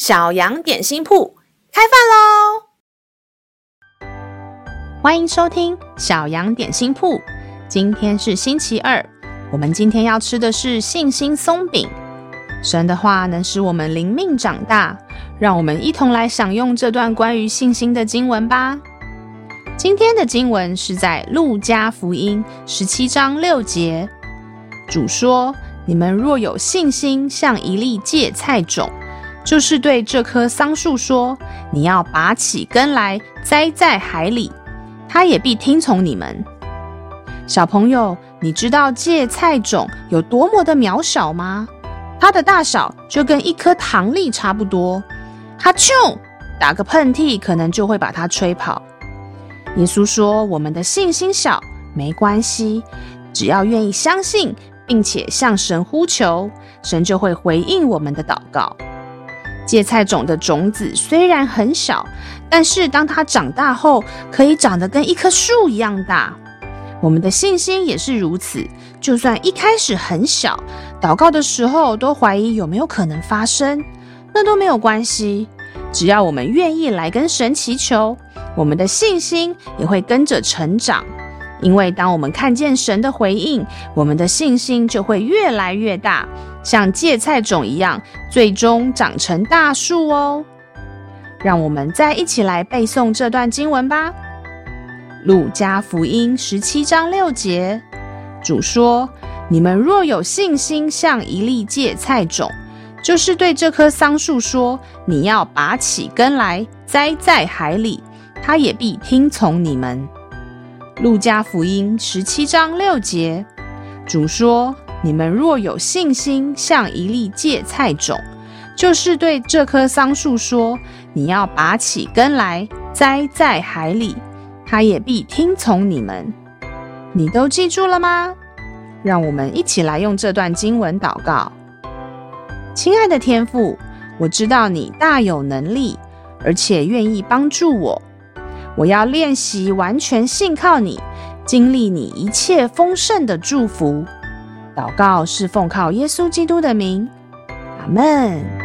小羊点心铺开饭喽！欢迎收听小羊点心铺。今天是星期二，我们今天要吃的是信心松饼。神的话能使我们灵命长大，让我们一同来享用这段关于信心的经文吧。今天的经文是在路加福音17章6节。主说：你们若有信心，像一粒芥菜种，就是对这棵桑树说，你要拔起根来，栽在海里，它也必听从你们。小朋友，你知道芥菜种有多么的渺小吗？它的大小就跟一颗糖粒差不多，哈啾，打个喷嚏可能就会把它吹跑。耶稣说，我们的信心小没关系，只要愿意相信并且向神呼求，神就会回应我们的祷告。芥菜种的种子虽然很小，但是当它长大后，可以长得跟一棵树一样大。我们的信心也是如此，就算一开始很小，祷告的时候都怀疑有没有可能发生，那都没有关系。只要我们愿意来跟神祈求，我们的信心也会跟着成长。因为当我们看见神的回应，我们的信心就会越来越大，像芥菜种一样，最终长成大树哦。让我们再一起来背诵这段经文吧。路加福音17章6节，主说：你们若有信心，像一粒芥菜种，就是对这棵桑树说，你要拔起根来，栽在海里，它也必听从你们。路加福音17章6节，主说：你们若有信心，像一粒芥菜种，就是对这棵桑树说，你要拔起根来，栽在海里，它也必听从你们。你都记住了吗？让我们一起来用这段经文祷告。亲爱的天父，我知道你大有能力，而且愿意帮助我。我要练习完全信靠你，经历你一切丰盛的祝福。祷告是奉靠耶稣基督的名，阿们。